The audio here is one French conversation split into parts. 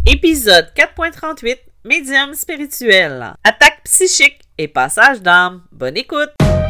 Épisode 4.38, Médium spirituel. Attaque psychique et passage d'âme. Bonne écoute!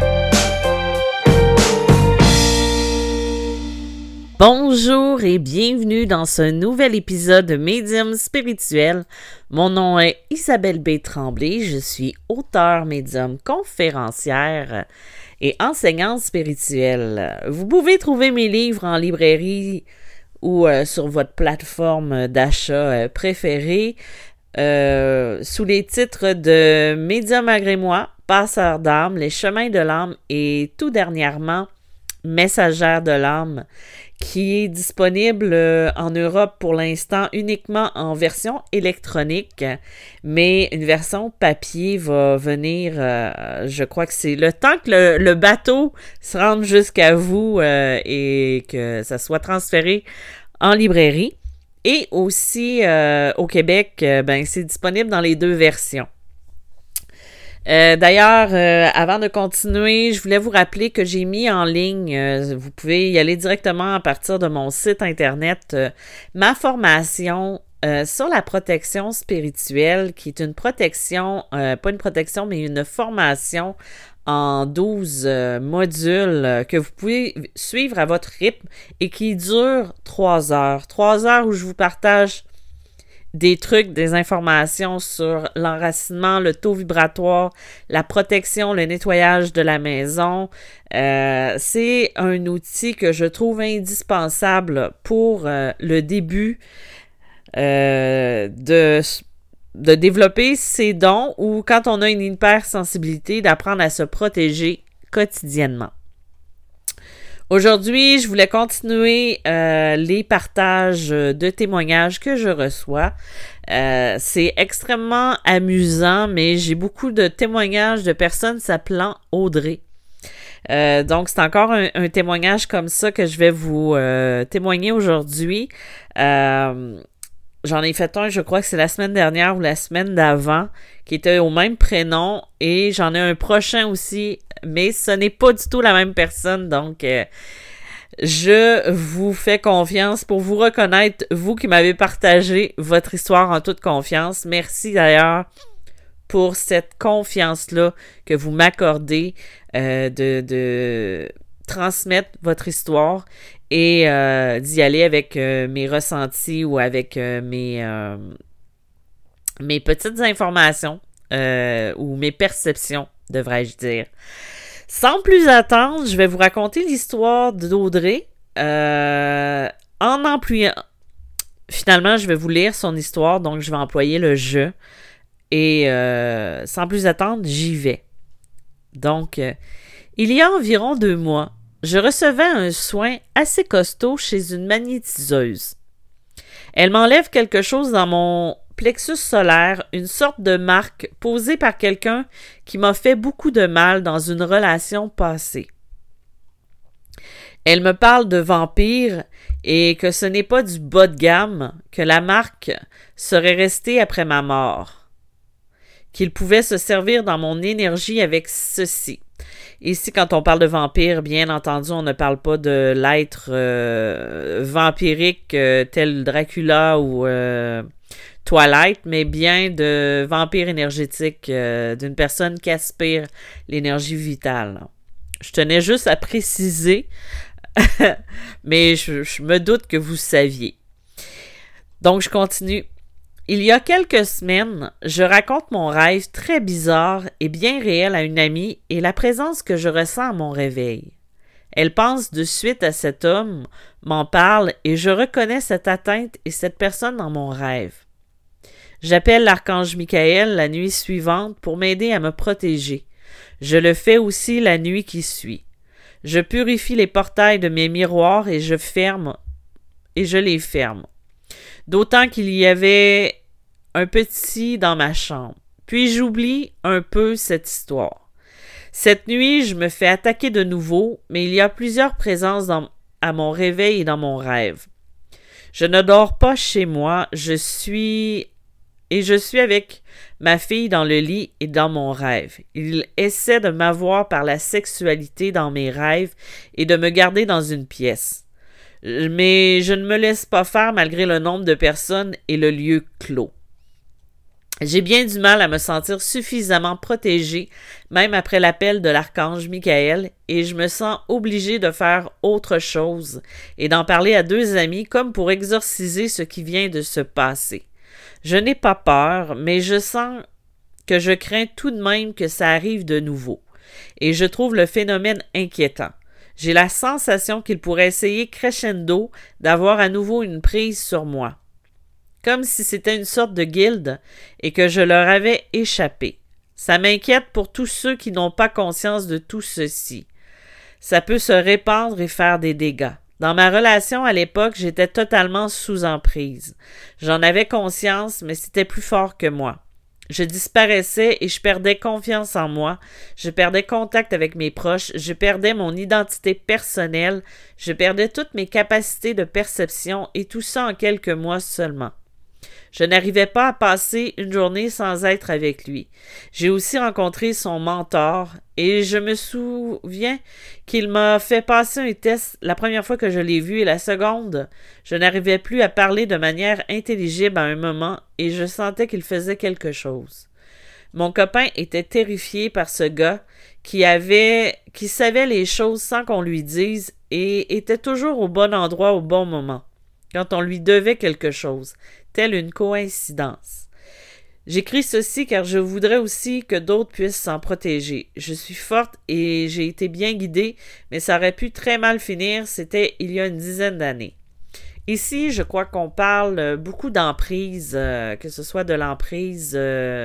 Bonjour et bienvenue dans ce nouvel épisode de Médium spirituel. Mon nom est Isabelle B. Tremblay. Je suis auteure, médium, conférencière et enseignante spirituelle. Vous pouvez trouver mes livres en librairie ou sur votre plateforme d'achat préférée sous les titres de Médium agré moi, Passeur d'âme, Les chemins de l'âme et tout dernièrement Messagère de l'âme, qui est disponible en Europe pour l'instant uniquement en version électronique, mais une version papier va venir, je crois que c'est le temps que le bateau se rende jusqu'à vous et que ça soit transféré en librairie. Et aussi au Québec, c'est disponible dans les deux versions. D'ailleurs, avant de continuer, je voulais vous rappeler que j'ai mis en ligne, vous pouvez y aller directement à partir de mon site internet, ma formation sur la protection spirituelle, qui est une protection, pas une protection, mais une formation en 12 modules que vous pouvez suivre à votre rythme et qui dure 3 heures. 3 heures où je vous partage des trucs, des informations sur l'enracinement, le taux vibratoire, la protection, le nettoyage de la maison. C'est un outil que je trouve indispensable pour le début de développer ses dons ou quand on a une hypersensibilité, d'apprendre à se protéger quotidiennement. Aujourd'hui, je voulais continuer les partages de témoignages que je reçois. C'est extrêmement amusant, mais j'ai beaucoup de témoignages de personnes s'appelant Audrey. Donc, c'est encore un témoignage comme ça que je vais vous témoigner aujourd'hui. J'en ai fait un, je crois que c'est la semaine dernière ou la semaine d'avant, qui était au même prénom, et j'en ai un prochain aussi, mais ce n'est pas du tout la même personne, donc je vous fais confiance pour vous reconnaître, vous qui m'avez partagé votre histoire en toute confiance. Merci d'ailleurs pour cette confiance-là que vous m'accordez de transmettre votre histoire et d'y aller avec mes ressentis ou avec mes petites informations ou mes perceptions, devrais-je dire. Sans plus attendre, je vais vous raconter l'histoire d'Audrey en employant... Finalement, je vais vous lire son histoire, donc je vais employer le « je ». Et sans plus attendre, j'y vais. Donc, il y a environ 2 mois, je recevais un soin assez costaud chez une magnétiseuse. Elle m'enlève quelque chose dans mon plexus solaire, une sorte de marque posée par quelqu'un qui m'a fait beaucoup de mal dans une relation passée. Elle me parle de vampire et que ce n'est pas du bas de gamme, que la marque serait restée après ma mort, qu'il pouvait se servir dans mon énergie avec ceci. Ici, quand on parle de vampire, bien entendu, on ne parle pas de l'être vampirique tel Dracula ou Twilight, mais bien de vampire énergétique, d'une personne qui aspire l'énergie vitale. Je tenais juste à préciser, mais je me doute que vous saviez. Donc, je continue. Il y a quelques semaines, je raconte mon rêve très bizarre et bien réel à une amie et la présence que je ressens à mon réveil. Elle pense de suite à cet homme, m'en parle et je reconnais cette atteinte et cette personne dans mon rêve. J'appelle l'archange Michael la nuit suivante pour m'aider à me protéger. Je le fais aussi la nuit qui suit. Je purifie les portails de mes miroirs et je les ferme. D'autant qu'il y avait un petit dans ma chambre. Puis j'oublie un peu cette histoire. Cette nuit, je me fais attaquer de nouveau, mais il y a plusieurs présences à mon réveil et dans mon rêve. Je ne dors pas chez moi, je suis avec ma fille dans le lit et dans mon rêve. Il essaie de m'avoir par la sexualité dans mes rêves et de me garder dans une pièce. Mais je ne me laisse pas faire malgré le nombre de personnes et le lieu clos. J'ai bien du mal à me sentir suffisamment protégée, même après l'appel de l'archange Michael, et je me sens obligée de faire autre chose et d'en parler à 2 amis comme pour exorciser ce qui vient de se passer. Je n'ai pas peur, mais je sens que je crains tout de même que ça arrive de nouveau, et je trouve le phénomène inquiétant. J'ai la sensation qu'il pourrait essayer crescendo d'avoir à nouveau une prise sur moi, comme si c'était une sorte de guilde et que je leur avais échappé. Ça m'inquiète pour tous ceux qui n'ont pas conscience de tout ceci. Ça peut se répandre et faire des dégâts. Dans ma relation à l'époque, j'étais totalement sous emprise. J'en avais conscience, mais c'était plus fort que moi. Je disparaissais et je perdais confiance en moi, je perdais contact avec mes proches, je perdais mon identité personnelle, je perdais toutes mes capacités de perception et tout ça en quelques mois seulement. Je n'arrivais pas à passer une journée sans être avec lui. J'ai aussi rencontré son mentor et je me souviens qu'il m'a fait passer un test la première fois que je l'ai vu et la seconde, je n'arrivais plus à parler de manière intelligible à un moment et je sentais qu'il faisait quelque chose. Mon copain était terrifié par ce gars qui savait les choses sans qu'on lui dise et était toujours au bon endroit au bon moment, quand on lui devait quelque chose, telle une coïncidence. J'écris ceci car je voudrais aussi que d'autres puissent s'en protéger. Je suis forte et j'ai été bien guidée, mais ça aurait pu très mal finir, c'était il y a une dizaine d'années. Ici, je crois qu'on parle beaucoup d'emprise, que ce soit de l'emprise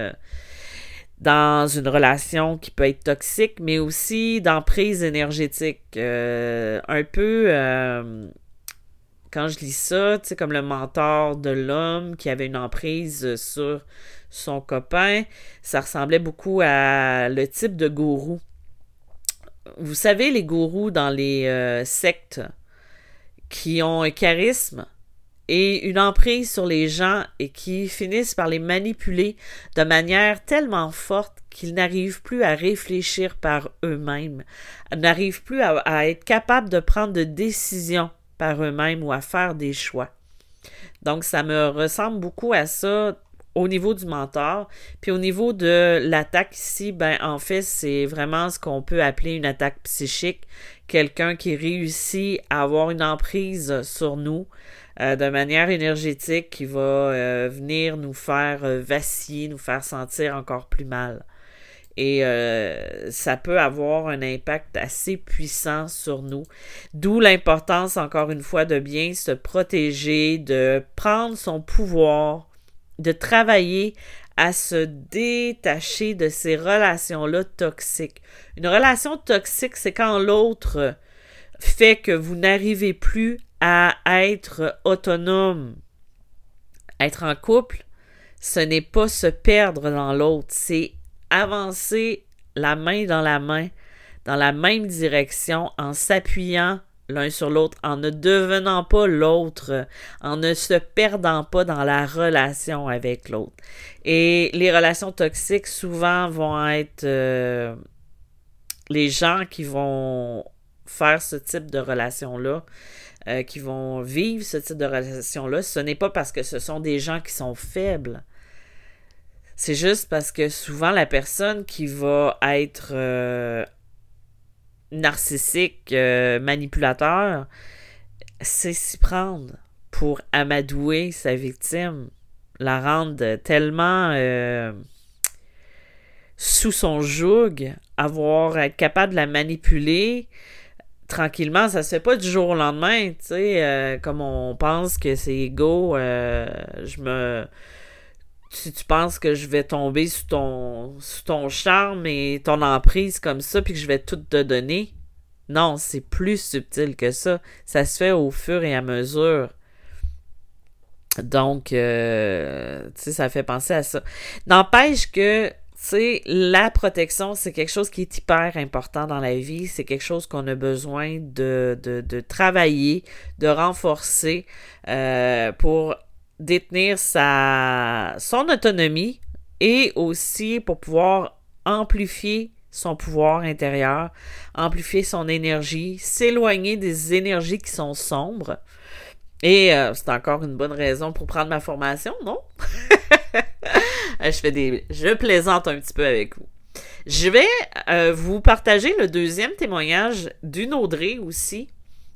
dans une relation qui peut être toxique, mais aussi d'emprise énergétique. Un peu... quand je lis ça, tu sais, comme le mentor de l'homme qui avait une emprise sur son copain, ça ressemblait beaucoup à le type de gourou. Vous savez, les gourous dans les sectes qui ont un charisme et une emprise sur les gens et qui finissent par les manipuler de manière tellement forte qu'ils n'arrivent plus à réfléchir par eux-mêmes, n'arrivent plus à être capables de prendre de décisions par eux-mêmes ou à faire des choix. Donc, ça me ressemble beaucoup à ça au niveau du mentor. Puis au niveau de l'attaque ici, en fait, c'est vraiment ce qu'on peut appeler une attaque psychique. Quelqu'un qui réussit à avoir une emprise sur nous de manière énergétique qui va venir nous faire vaciller, nous faire sentir encore plus mal. Et ça peut avoir un impact assez puissant sur nous. D'où l'importance, encore une fois, de bien se protéger, de prendre son pouvoir, de travailler à se détacher de ces relations-là toxiques. Une relation toxique, c'est quand l'autre fait que vous n'arrivez plus à être autonome. Être en couple, ce n'est pas se perdre dans l'autre, c'est avancer la main, dans la même direction, en s'appuyant l'un sur l'autre, en ne devenant pas l'autre, en ne se perdant pas dans la relation avec l'autre. Et les relations toxiques, souvent, vont être les gens qui vont faire ce type de relation-là, qui vont vivre ce type de relation-là, ce n'est pas parce que ce sont des gens qui sont faibles. C'est juste parce que souvent, la personne qui va être narcissique, manipulateur, c'est s'y prendre pour amadouer sa victime, la rendre tellement sous son joug, être capable de la manipuler tranquillement. Ça se fait pas du jour au lendemain, tu sais, comme on pense que c'est go, si tu penses que je vais tomber sous ton charme et ton emprise comme ça, puis que je vais tout te donner. Non, c'est plus subtil que ça. Ça se fait au fur et à mesure. Donc, tu sais, ça fait penser à ça. N'empêche que, tu sais, la protection, c'est quelque chose qui est hyper important dans la vie. C'est quelque chose qu'on a besoin de travailler, de renforcer pour détenir son autonomie et aussi pour pouvoir amplifier son pouvoir intérieur, amplifier son énergie, s'éloigner des énergies qui sont sombres. Et c'est encore une bonne raison pour prendre ma formation, non? Je plaisante un petit peu avec vous. Je vais vous partager le deuxième témoignage d'une Audrey aussi.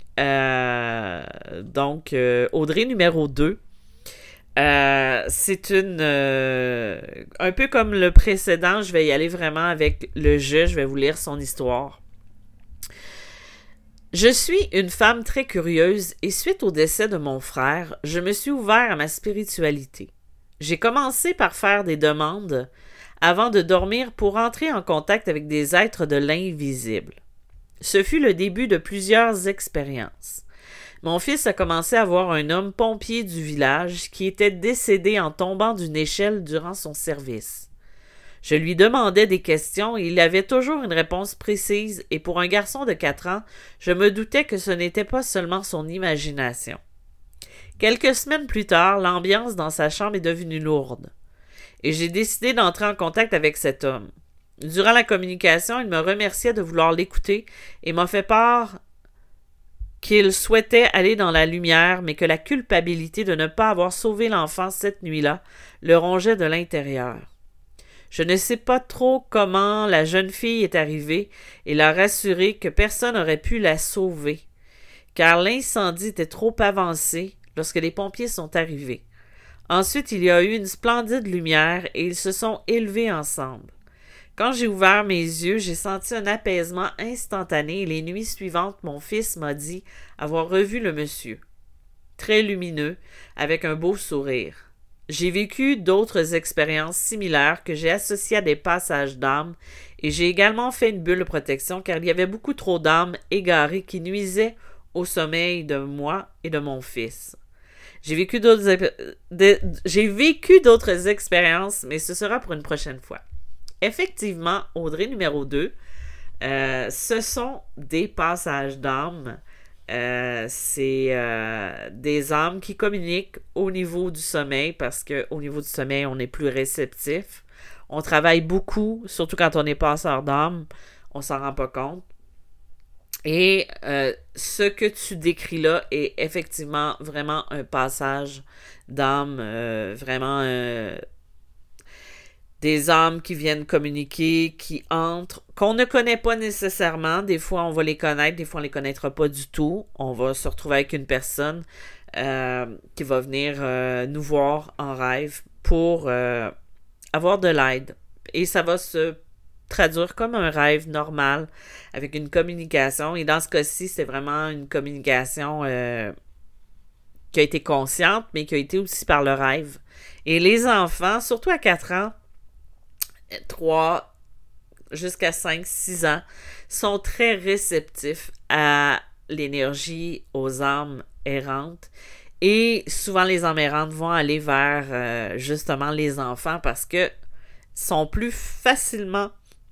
Donc, Audrey numéro 2. C'est un peu comme le précédent, je vais y aller vraiment avec le jeu, je vais vous lire son histoire. Je suis une femme très curieuse et suite au décès de mon frère, je me suis ouvert à ma spiritualité. J'ai commencé par faire des demandes avant de dormir pour entrer en contact avec des êtres de l'invisible. Ce fut le début de plusieurs expériences. Mon fils a commencé à voir un homme pompier du village qui était décédé en tombant d'une échelle durant son service. Je lui demandais des questions et il avait toujours une réponse précise et pour un garçon de 4 ans, je me doutais que ce n'était pas seulement son imagination. Quelques semaines plus tard, l'ambiance dans sa chambre est devenue lourde et j'ai décidé d'entrer en contact avec cet homme. Durant la communication, il me remerciait de vouloir l'écouter et m'a fait part qu'il souhaitait aller dans la lumière, mais que la culpabilité de ne pas avoir sauvé l'enfant cette nuit-là le rongeait de l'intérieur. Je ne sais pas trop comment la jeune fille est arrivée et l'a rassuré que personne n'aurait pu la sauver, car l'incendie était trop avancé lorsque les pompiers sont arrivés. Ensuite, il y a eu une splendide lumière et ils se sont élevés ensemble. Quand j'ai ouvert mes yeux, j'ai senti un apaisement instantané et les nuits suivantes, mon fils m'a dit avoir revu le monsieur. Très lumineux, avec un beau sourire. J'ai vécu d'autres expériences similaires que j'ai associées à des passages d'âme et j'ai également fait une bulle de protection car il y avait beaucoup trop d'âmes égarées qui nuisaient au sommeil de moi et de mon fils. J'ai vécu d'autres expériences, mais ce sera pour une prochaine fois. Effectivement, Audrey numéro 2, ce sont des passages d'âme. C'est des âmes qui communiquent au niveau du sommeil parce qu'au niveau du sommeil, on est plus réceptif. On travaille beaucoup, surtout quand on est passeur d'âme, on s'en rend pas compte. Et ce que tu décris là est effectivement vraiment un passage d'âme, vraiment des âmes qui viennent communiquer, qui entrent, qu'on ne connaît pas nécessairement. Des fois, on va les connaître, des fois, on les connaîtra pas du tout. On va se retrouver avec une personne qui va venir nous voir en rêve pour avoir de l'aide. Et ça va se traduire comme un rêve normal avec une communication. Et dans ce cas-ci, c'est vraiment une communication qui a été consciente, mais qui a été aussi par le rêve. Et les enfants, surtout à 4 ans, 3 jusqu'à 5, 6 ans, sont très réceptifs à l'énergie, aux âmes errantes. Et souvent, les âmes errantes vont aller vers justement les enfants parce que sont plus facilement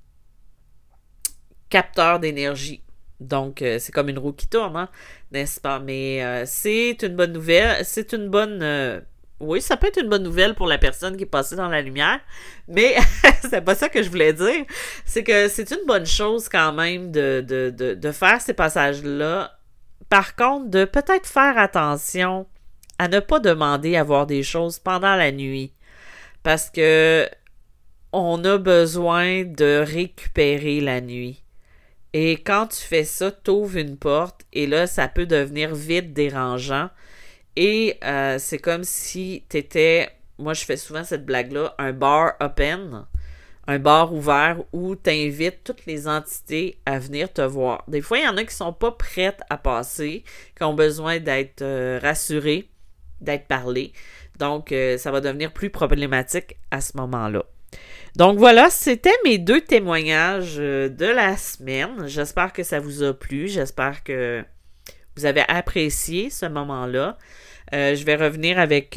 capteurs d'énergie. Donc, c'est comme une roue qui tourne, hein, n'est-ce pas? Mais c'est une bonne nouvelle. C'est une bonne... oui, ça peut être une bonne nouvelle pour la personne qui est passée dans la lumière, mais c'est pas ça que je voulais dire. C'est que c'est une bonne chose quand même de faire ces passages-là. Par contre, de peut-être faire attention à ne pas demander à voir des choses pendant la nuit. Parce que on a besoin de récupérer la nuit. Et quand tu fais ça, t'ouvres une porte et là, ça peut devenir vite dérangeant. Et c'est comme si t'étais, moi je fais souvent cette blague-là, un bar open, un bar ouvert où t'invites toutes les entités à venir te voir. Des fois, il y en a qui sont pas prêtes à passer, qui ont besoin d'être rassurées, d'être parlées. Donc, ça va devenir plus problématique à ce moment-là. Donc voilà, c'était mes 2 témoignages de la semaine. J'espère que ça vous a plu. J'espère que vous avez apprécié ce moment-là. Je vais revenir avec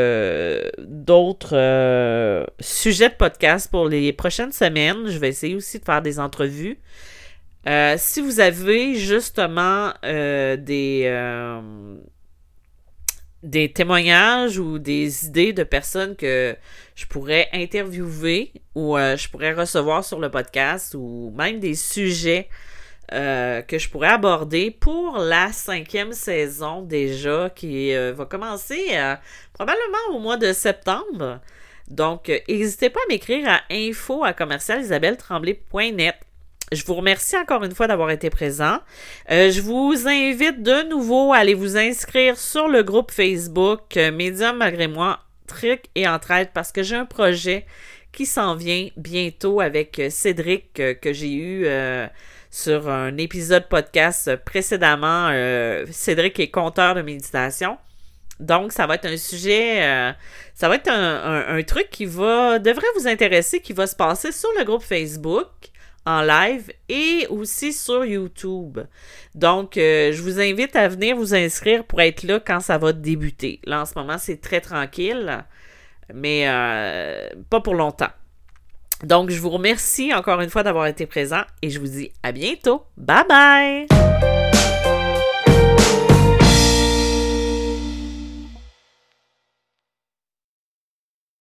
d'autres sujets de podcast pour les prochaines semaines. Je vais essayer aussi de faire des entrevues. Si vous avez justement des témoignages ou des idées de personnes que je pourrais interviewer ou je pourrais recevoir sur le podcast ou même des sujets que je pourrais aborder pour la 5e saison déjà qui va commencer probablement au mois de septembre. Donc, n'hésitez pas à m'écrire à info@commercialisabelletremblay.net. Je vous remercie encore une fois d'avoir été présent. Je vous invite de nouveau à aller vous inscrire sur le groupe Facebook Médium malgré moi, trucs et entraide parce que j'ai un projet qui s'en vient bientôt avec Cédric que j'ai eu sur un épisode podcast précédemment. Cédric est conteur de méditation. Donc, ça va être un sujet, ça va être un truc qui devrait vous intéresser, qui va se passer sur le groupe Facebook en live et aussi sur YouTube. Donc, je vous invite à venir vous inscrire pour être là quand ça va débuter. Là, en ce moment, c'est très tranquille, mais pas pour longtemps. Donc, je vous remercie encore une fois d'avoir été présent et je vous dis à bientôt. Bye bye!